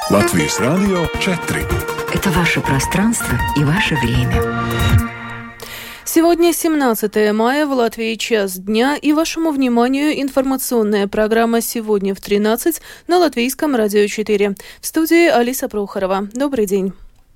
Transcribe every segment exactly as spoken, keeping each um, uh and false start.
Латвийс радио четыре. Это ваше пространство и ваше время. Сегодня семнадцатое мая, в Латвии час дня, и вашему вниманию информационная программа «Сегодня в тринадцать» на Латвийском радио четыре. В студии Алиса Прохорова. Добрый день.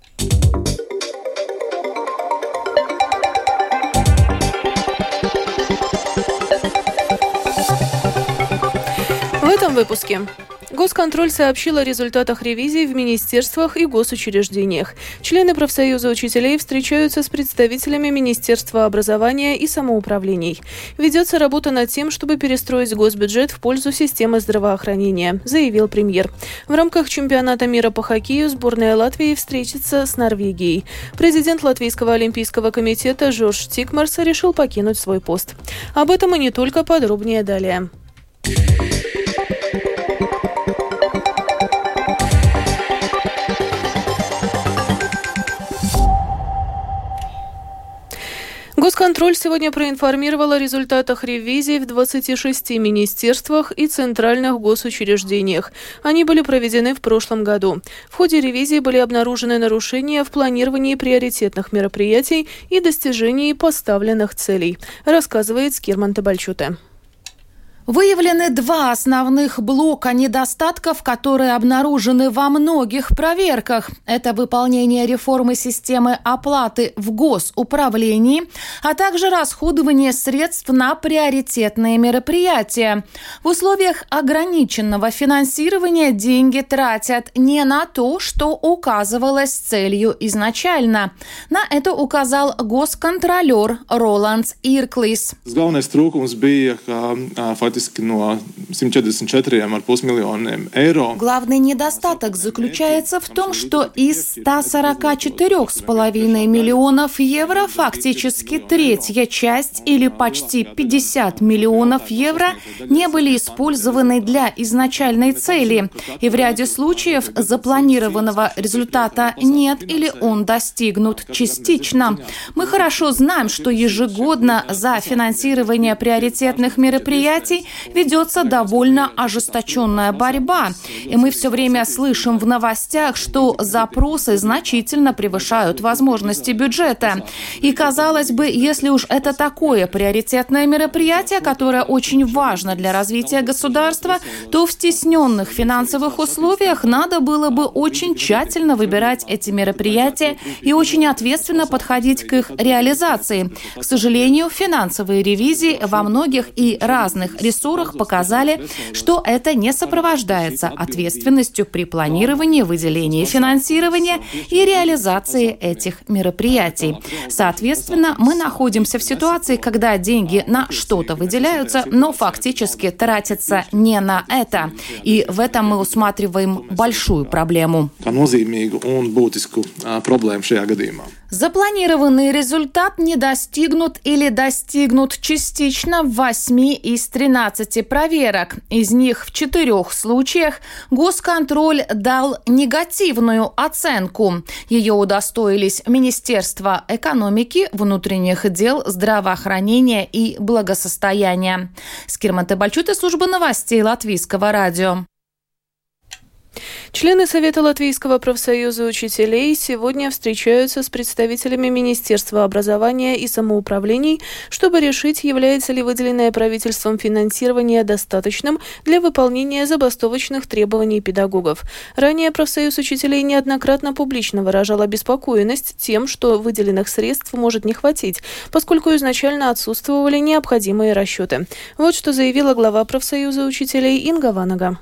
В этом выпуске. Госконтроль сообщил о результатах ревизий в министерствах и госучреждениях. Члены профсоюза учителей встречаются с представителями Министерства образования и самоуправлений. Ведется работа над тем, чтобы перестроить госбюджет в пользу системы здравоохранения, заявил премьер. В рамках чемпионата мира по хоккею сборная Латвии встретится с Норвегией. Президент Латвийского олимпийского комитета Жорж Цикмарс решил покинуть свой пост. Об этом и не только, подробнее далее. Госконтроль сегодня проинформировал о результатах ревизий в двадцати шести министерствах и центральных госучреждениях. Они были проведены в прошлом году. В ходе ревизии были обнаружены нарушения в планировании приоритетных мероприятий и достижении поставленных целей, рассказывает Скирман Тебальчуте. Выявлены два основных блока недостатков, которые обнаружены во многих проверках. Это выполнение реформы системы оплаты в госуправлении, а также расходование средств на приоритетные мероприятия. В условиях ограниченного финансирования деньги тратят не на то, что указывалось целью изначально. На это указал госконтролер Роландс Ирклис. Главный трūkums bija, ka фактически no сто четырдесят четыре целых пять миллионов евро. Главный недостаток заключается в том, что из ста сорока четырёх с половиной миллионов евро фактически третья часть или почти пятьдесят миллионов евро не были использованы для изначальной цели. И в ряде случаев запланированного результата нет или он достигнут частично. Мы хорошо знаем, что ежегодно за финансирование приоритетных мероприятий ведется довольно ожесточенная борьба. И мы все время слышим в новостях, что запросы значительно превышают возможности бюджета. И, казалось бы, если уж это такое приоритетное мероприятие, которое очень важно для развития государства, то в стесненных финансовых условиях надо было бы очень тщательно выбирать эти мероприятия и очень ответственно подходить к их реализации. К сожалению, финансовые ревизии во многих и разных ресурсах показали, что это не сопровождается ответственностью при планировании, выделении финансирования и реализации этих мероприятий. Соответственно, мы находимся в ситуации, когда деньги на что-то выделяются, но фактически тратятся не на это. И в этом мы усматриваем большую проблему. Запланированный результат не достигнут или достигнут частично в восьми из тринадцати проверок. Из них в четырех случаях госконтроль дал негативную оценку. Ее удостоились Министерство экономики, внутренних дел, здравоохранения и благосостояния. Скирман Тебальчуте, служба новостей Латвийского радио. Члены Совета Латвийского профсоюза учителей сегодня встречаются с представителями Министерства образования и самоуправлений, чтобы решить, является ли выделенное правительством финансирование достаточным для выполнения забастовочных требований педагогов. Ранее профсоюз учителей неоднократно публично выражал обеспокоенность тем, что выделенных средств может не хватить, поскольку изначально отсутствовали необходимые расчеты. Вот что заявила глава профсоюза учителей Инга Ванага.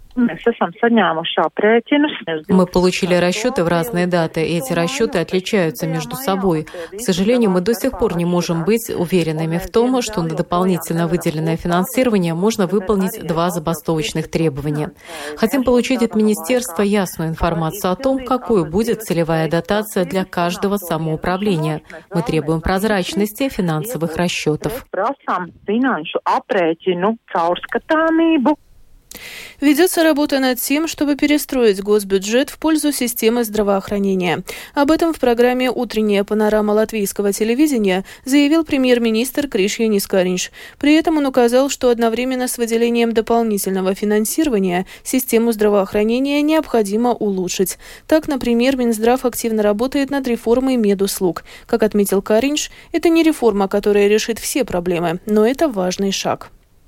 Мы получили расчеты в разные даты, и эти расчеты отличаются между собой. К сожалению, мы до сих пор не можем быть уверенными в том, что на дополнительно выделенное финансирование можно выполнить два забастовочных требования. Хотим получить от министерства ясную информацию о том, какой будет целевая дотация для каждого самоуправления. Мы требуем прозрачности финансовых расчетов. Ведется работа над тем, чтобы перестроить госбюджет в пользу системы здравоохранения. Об этом в программе «Утренняя панорама латвийского телевидения» заявил премьер-министр Криш Янис Кариньш. При этом он указал, что одновременно с выделением дополнительного финансирования систему здравоохранения необходимо улучшить. Так, например, Минздрав активно работает над реформой медуслуг. Как отметил Кариньш, это не реформа, которая решит все проблемы, но это важный шаг.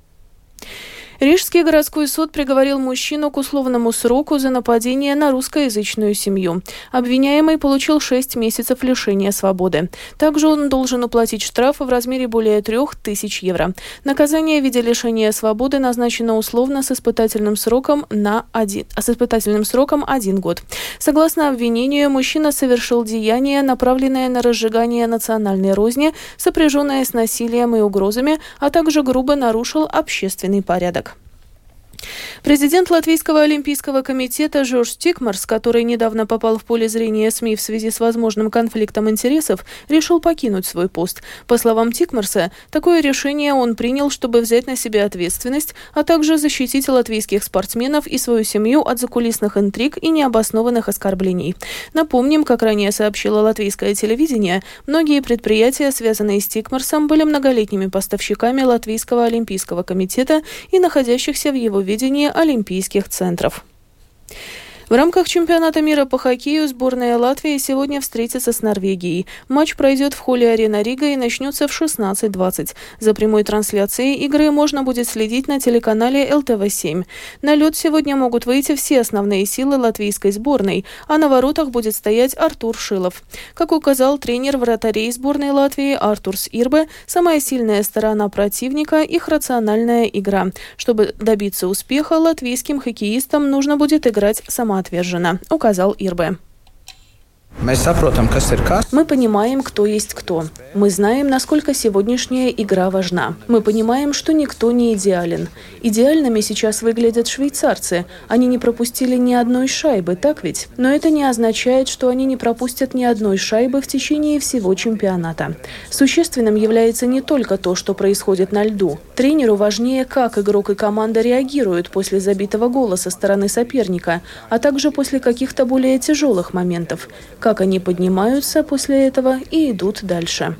Рижский городской суд приговорил мужчину к условному сроку за нападение на русскоязычную семью. Обвиняемый получил шесть месяцев лишения свободы. Также он должен уплатить штраф в размере более трех тысяч евро. Наказание в виде лишения свободы назначено условно с испытательным сроком на один, с испытательным сроком один год. Согласно обвинению, мужчина совершил деяние, направленное на разжигание национальной розни, сопряженное с насилием и угрозами, а также грубо нарушил общественный порядок. Президент Латвийского олимпийского комитета Жорж Тикмарс, который недавно попал в поле зрения СМИ в связи с возможным конфликтом интересов, решил покинуть свой пост. По словам Тикмарса, такое решение он принял, чтобы взять на себя ответственность, а также защитить латвийских спортсменов и свою семью от закулисных интриг и необоснованных оскорблений. Напомним, как ранее сообщило латвийское телевидение, многие предприятия, связанные с Тикмарсом, были многолетними поставщиками Латвийского олимпийского комитета и находящихся в его ведении олимпийских центров. В рамках чемпионата мира по хоккею сборная Латвии сегодня встретится с Норвегией. Матч пройдет в холле Арена Рига и начнется в шестнадцать двадцать. За прямой трансляцией игры можно будет следить на телеканале эл тэ вэ семь. На лед сегодня могут выйти все основные силы латвийской сборной, а на воротах будет стоять Артур Шилов. Как указал тренер вратарей сборной Латвии Артурс Ирбе, самая сильная сторона противника – их рациональная игра. Чтобы добиться успеха, латвийским хоккеистам нужно будет играть самоотверженно. Отверженно, указал Ирбе. Мы понимаем, кто есть кто. Мы знаем, насколько сегодняшняя игра важна. Мы понимаем, что никто не идеален. Идеальными сейчас выглядят швейцарцы. Они не пропустили ни одной шайбы, так ведь? Но это не означает, что они не пропустят ни одной шайбы в течение всего чемпионата. Существенным является не только то, что происходит на льду. Тренеру важнее, как игрок и команда реагируют после забитого гола со стороны соперника, а также после каких-то более тяжелых моментов. Как они поднимаются после этого и идут дальше.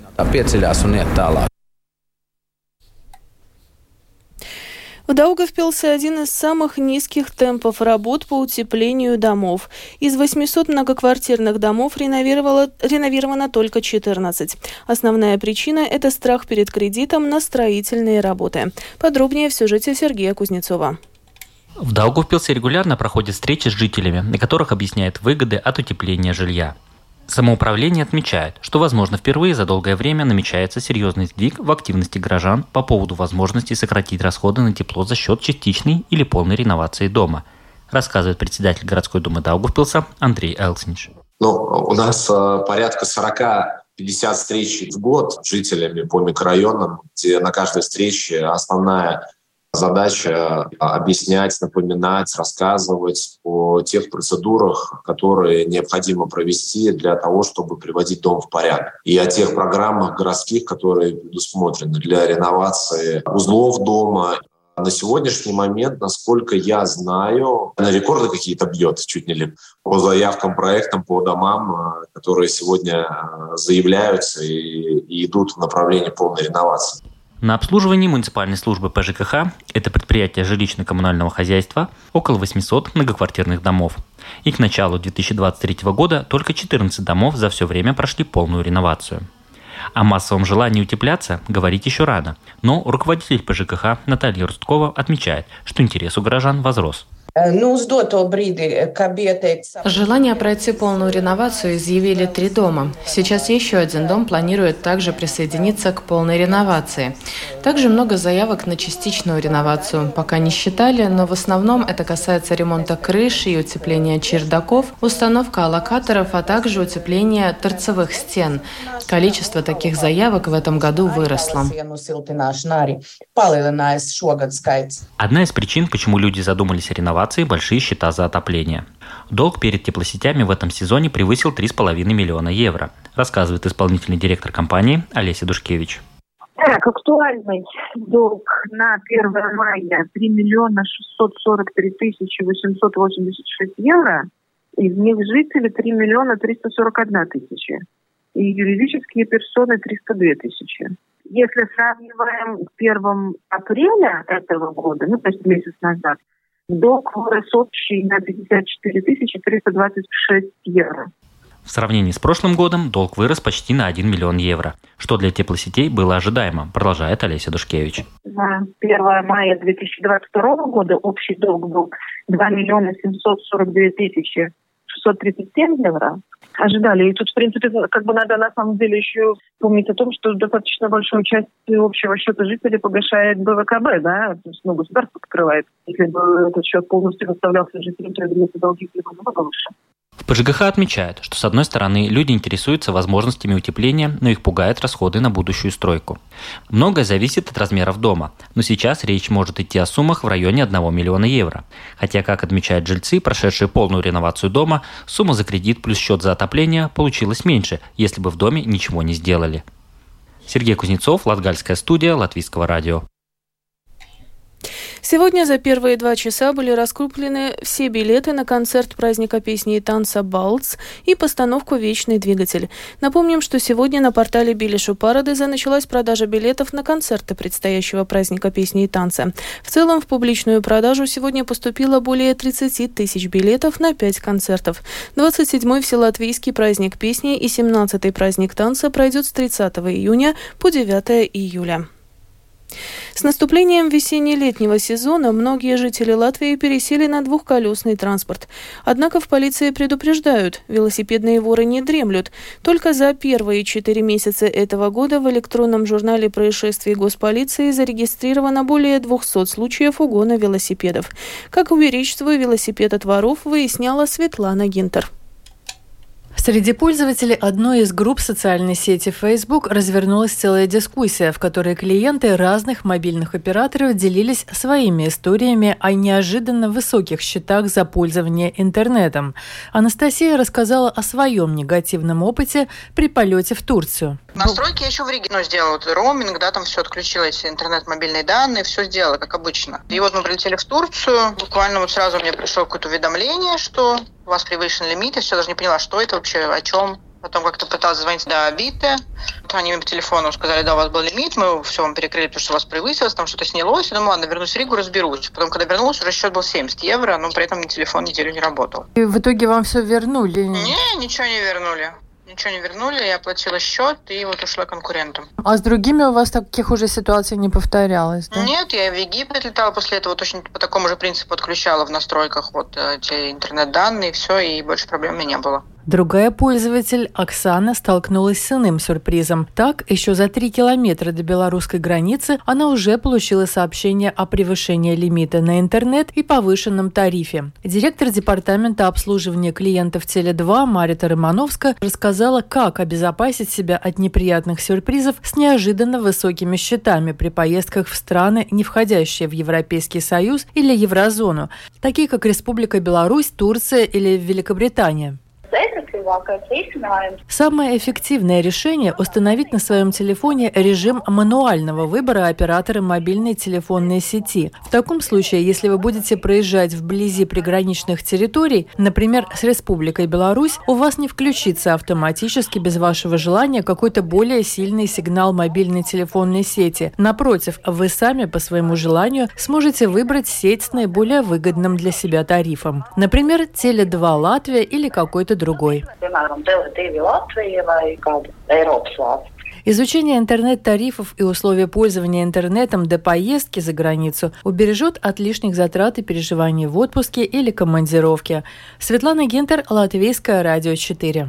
В Даугавпилсе один из самых низких темпов работ по утеплению домов. Из восьмисот многоквартирных домов реновировано только четырнадцать. Основная причина – это страх перед кредитом на строительные работы. Подробнее в сюжете Сергея Кузнецова. В Даугавпилсе регулярно проходят встречи с жителями, на которых объясняют выгоды от утепления жилья. Самоуправление отмечает, что, возможно, впервые за долгое время намечается серьезный сдвиг в активности горожан по поводу возможности сократить расходы на тепло за счет частичной или полной реновации дома, рассказывает председатель городской думы Даугавпилса Андрей Элкснич. Ну, у нас э, порядка сорок-пятьдесят встреч в год с жителями по микрорайонам, где на каждой встрече основная задача объяснять, напоминать, рассказывать о тех процедурах, которые необходимо провести для того, чтобы приводить дом в порядок. И о тех программах городских, которые предусмотрены для реновации узлов дома. На сегодняшний момент, насколько я знаю, на рекорды какие-то бьет чуть не ли по заявкам, проектам, по домам, которые сегодня заявляются и, и идут в направлении полной реновации. На обслуживании муниципальной службы пэ жэ ка ха, это предприятие жилищно-коммунального хозяйства, около восьмисот многоквартирных домов. И к началу две тысячи двадцать третьего года только четырнадцать домов за все время прошли полную реновацию. О массовом желании утепляться говорить еще рано, но руководитель пэ жэ ка ха Наталья Русткова отмечает, что интерес у горожан возрос. Желание пройти полную реновацию изъявили три дома. Сейчас еще один дом планирует также присоединиться к полной реновации. Также много заявок на частичную реновацию. Пока не считали, но в основном это касается ремонта крыши и утепления чердаков, установка аллокаторов, а также утепления торцевых стен. Количество таких заявок в этом году выросло. Одна из причин, почему люди задумались о реновации, большие счета за отопление. Долг перед теплосетями в этом сезоне превысил три с половиной миллиона евро, рассказывает исполнительный директор компании Олеся Душкевич. Так, актуальный долг на первое мая три миллиона шестьсот сорок три тысячи восемьсот восемьдесят шесть евро. Из них жители три миллиона триста сорок одна тысяча. И юридические персоны триста две тысячи. Если сравниваем с первого апреля этого года, ну, то есть месяц назад, долг вырос общий на пятьдесят четыре тысячи триста двадцать шесть евро. В сравнении с прошлым годом долг вырос почти на один миллион евро, что для теплосетей было ожидаемо, продолжает Олеся Душкевич. На первое мая две тысячи двадцать второго года общий долг был два миллиона семьсот сорок две тысячи шестьсот тридцать семь евро. Ожидали. И тут, в принципе, как бы надо на самом деле еще помнить о том, что достаточно большую часть общего счета жителей погашает бэ вэ ка бэ, да, то есть, ну, государство покрывает. Если бы этот счет полностью выставлялся жителям, то, я думаю, долги были бы намного выше. В пэ жэ гэ ха отмечают, что с одной стороны люди интересуются возможностями утепления, но их пугают расходы на будущую стройку. Многое зависит от размеров дома, но сейчас речь может идти о суммах в районе одного миллиона евро. Хотя, как отмечают жильцы, прошедшие полную реновацию дома, сумма за кредит плюс счет за отопление получилась меньше, если бы в доме ничего не сделали. Сергей Кузнецов, Латгальская студия, Латвийского радио. Сегодня за первые два часа были раскуплены все билеты на концерт праздника песни и танца «Балц» и постановку «Вечный двигатель». Напомним, что сегодня на портале Билишу Парадеза началась продажа билетов на концерты предстоящего праздника песни и танца. В целом в публичную продажу сегодня поступило более тридцать тысяч билетов на пять концертов. двадцать седьмой Вселатвийский праздник песни и семнадцатый праздник танца пройдет с тридцатого июня по девятого июля. С наступлением весенне-летнего сезона многие жители Латвии пересели на двухколесный транспорт. Однако в полиции предупреждают, велосипедные воры не дремлют. Только за первые четыре месяца этого года в электронном журнале происшествий госполиции зарегистрировано более двухсот случаев угона велосипедов. Как уберечь свой велосипед от воров, выясняла Светлана Гинтер. Среди пользователей одной из групп социальной сети Facebook развернулась целая дискуссия, в которой клиенты разных мобильных операторов делились своими историями о неожиданно высоких счетах за пользование интернетом. Анастасия рассказала о своем негативном опыте при полете в Турцию. Настройки я еще в Риге ну, сделала. Роуминг, да, там все отключилось, интернет, мобильные данные, все сделала, как обычно. И вот мы прилетели в Турцию, буквально вот сразу мне пришло какое-то уведомление, что у вас превышен лимит, я все даже не поняла, что это вообще, о чем. Потом как-то пыталась звонить до Авито. Они мне по телефону сказали, да, у вас был лимит, мы все вам перекрыли, потому что у вас превысилось, там что-то снялось. Я думаю, ладно, вернусь в Ригу, разберусь. Потом, когда вернулась, уже счет был семьдесят евро, но при этом телефон неделю не работал. И в итоге вам все вернули? Не, ничего не вернули. Ничего не вернули, я оплатила счет и вот ушла конкурентам. А с другими у вас таких уже ситуаций не повторялось, да? Нет, я в Египет летала после этого, точно по такому же принципу отключала в настройках вот эти интернет-данные, все, и больше проблем у меня не было. Другая пользователь, Оксана, столкнулась с иным сюрпризом. Так, еще за три километра до белорусской границы она уже получила сообщение о превышении лимита на интернет и повышенном тарифе. Директор департамента обслуживания клиентов Теле два Марита Романовска рассказала, как обезопасить себя от неприятных сюрпризов с неожиданно высокими счетами при поездках в страны, не входящие в Европейский Союз или Еврозону, такие как Республика Беларусь, Турция или Великобритания. Самое эффективное решение – установить на своем телефоне режим мануального выбора оператора мобильной телефонной сети. В таком случае, если вы будете проезжать вблизи приграничных территорий, например, с Республикой Беларусь, у вас не включится автоматически без вашего желания какой-то более сильный сигнал мобильной телефонной сети. Напротив, вы сами по своему желанию сможете выбрать сеть с наиболее выгодным для себя тарифом. Например, Теле два Латвия или какой-то другой. Изучение интернет-тарифов и условия пользования интернетом до поездки за границу убережет от лишних затрат и переживаний в отпуске или командировке. Светлана Гинтер, Латвийское радио четыре.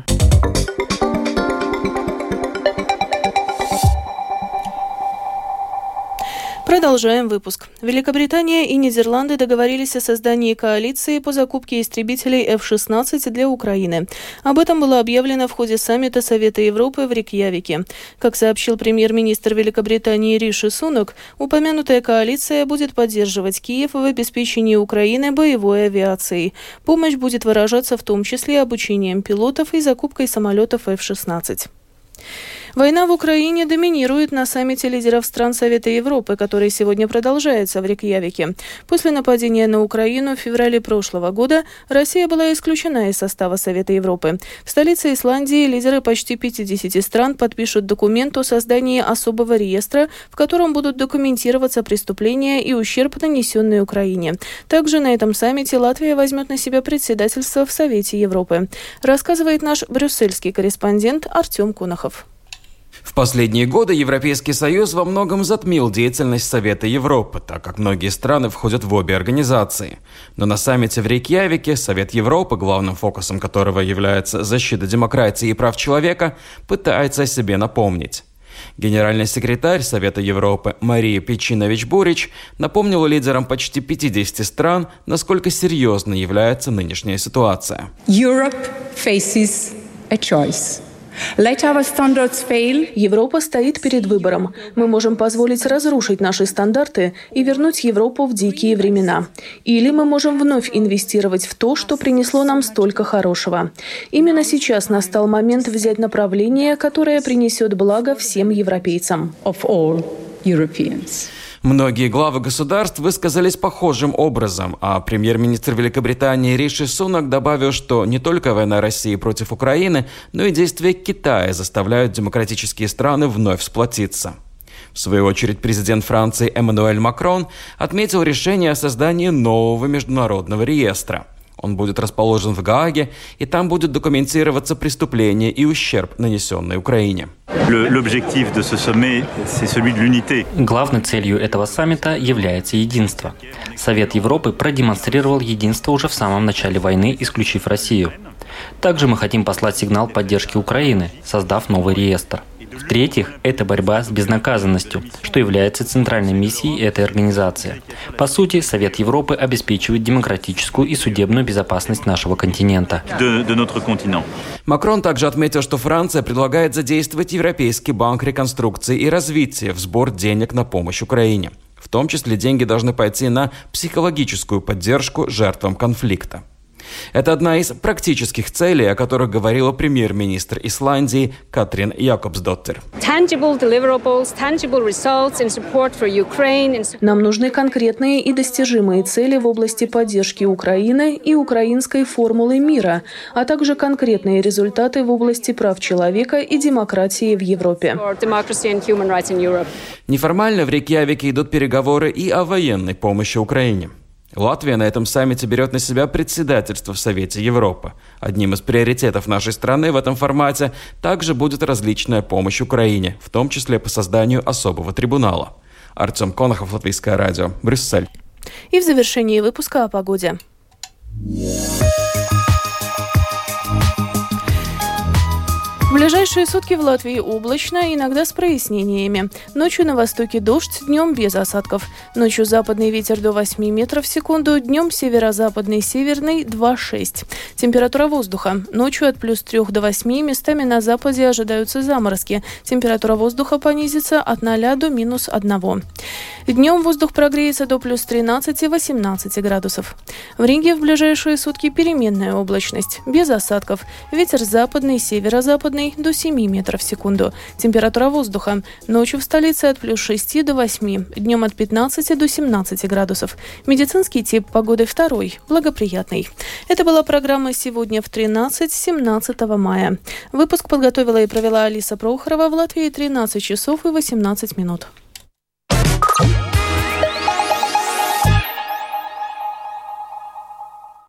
Продолжаем выпуск. Великобритания и Нидерланды договорились о создании коалиции по закупке истребителей эф шестнадцать для Украины. Об этом было объявлено в ходе саммита Совета Европы в Рейкьявике. Как сообщил премьер-министр Великобритании Риши Сунак, упомянутая коалиция будет поддерживать Киев в обеспечении Украины боевой авиацией. Помощь будет выражаться в том числе обучением пилотов и закупкой самолетов эф шестнадцать. Война в Украине доминирует на саммите лидеров стран Совета Европы, который сегодня продолжается в Рейкьявике. После нападения на Украину в феврале прошлого года Россия была исключена из состава Совета Европы. В столице Исландии лидеры почти пятидесяти стран подпишут документ о создании особого реестра, в котором будут документироваться преступления и ущерб, нанесенный Украине. Также на этом саммите Латвия возьмет на себя председательство в Совете Европы. Рассказывает наш брюссельский корреспондент Артем Конохов. В последние годы Европейский Союз во многом затмил деятельность Совета Европы, так как многие страны входят в обе организации. Но на саммите в Рейкьявике Совет Европы, главным фокусом которого является защита демократии и прав человека, пытается о себе напомнить. Генеральный секретарь Совета Европы Мария Пейчинович-Бурич напомнила лидерам почти пятидесяти стран, насколько серьезной является нынешняя ситуация. Europe faces a choice. Let our standards fail. Европа стоит перед выбором. Мы можем позволить разрушить наши стандарты и вернуть Европу в дикие времена. Или мы можем вновь инвестировать в то, что принесло нам столько хорошего. Именно сейчас настал момент взять направление, которое принесет благо всем европейцам. Of all Europeans. Многие главы государств высказались похожим образом, а премьер-министр Великобритании Риши Сунак добавил, что не только война России против Украины, но и действия Китая заставляют демократические страны вновь сплотиться. В свою очередь, президент Франции Эммануэль Макрон отметил решение о создании нового международного реестра. Он будет расположен в Гааге, и там будут документироваться преступления и ущерб, нанесенный Украине. Главной целью этого саммита является единство. Совет Европы продемонстрировал единство уже в самом начале войны, исключив Россию. Также мы хотим послать сигнал поддержки Украины, создав новый реестр. В-третьих, это борьба с безнаказанностью, что является центральной миссией этой организации. По сути, Совет Европы обеспечивает демократическую и судебную безопасность нашего континента. Макрон также отметил, что Франция предлагает задействовать Европейский банк реконструкции и развития в сбор денег на помощь Украине. В том числе деньги должны пойти на психологическую поддержку жертвам конфликта. Это одна из практических целей, о которых говорила премьер-министр Исландии Катрин Якобсдоттир. Нам нужны конкретные и достижимые цели в области поддержки Украины и украинской формулы мира, а также конкретные результаты в области прав человека и демократии в Европе. Неформально в Рейкьявике идут переговоры и о военной помощи Украине. Латвия на этом саммите берет на себя председательство в Совете Европы. Одним из приоритетов нашей страны в этом формате также будет различная помощь Украине, в том числе по созданию особого трибунала. Артем Конохов, Латвийское радио, Брюссель. И в завершении выпуска о погоде. В ближайшие сутки в Латвии облачно, иногда с прояснениями. Ночью на востоке дождь, днем без осадков. Ночью западный ветер до восьми метров в секунду, днем северо-западный северный два-шесть. Температура воздуха. Ночью от плюс трех до восьми, местами на западе ожидаются заморозки. Температура воздуха понизится от ноля до минус одного. Днем воздух прогреется до плюс тринадцати-восемнадцати градусов. В Риге в ближайшие сутки переменная облачность, без осадков. Ветер западный, северо-западный до семи метров в секунду. Температура воздуха. Ночью в столице от плюс шести до восьми, днем от пятнадцати до семнадцати градусов. Медицинский тип погоды второй, благоприятный. Это была программа «Сегодня в тринадцать» семнадцатого мая. Выпуск подготовила и провела Алиса Прохорова. В Латвии тринадцать часов и восемнадцать минут.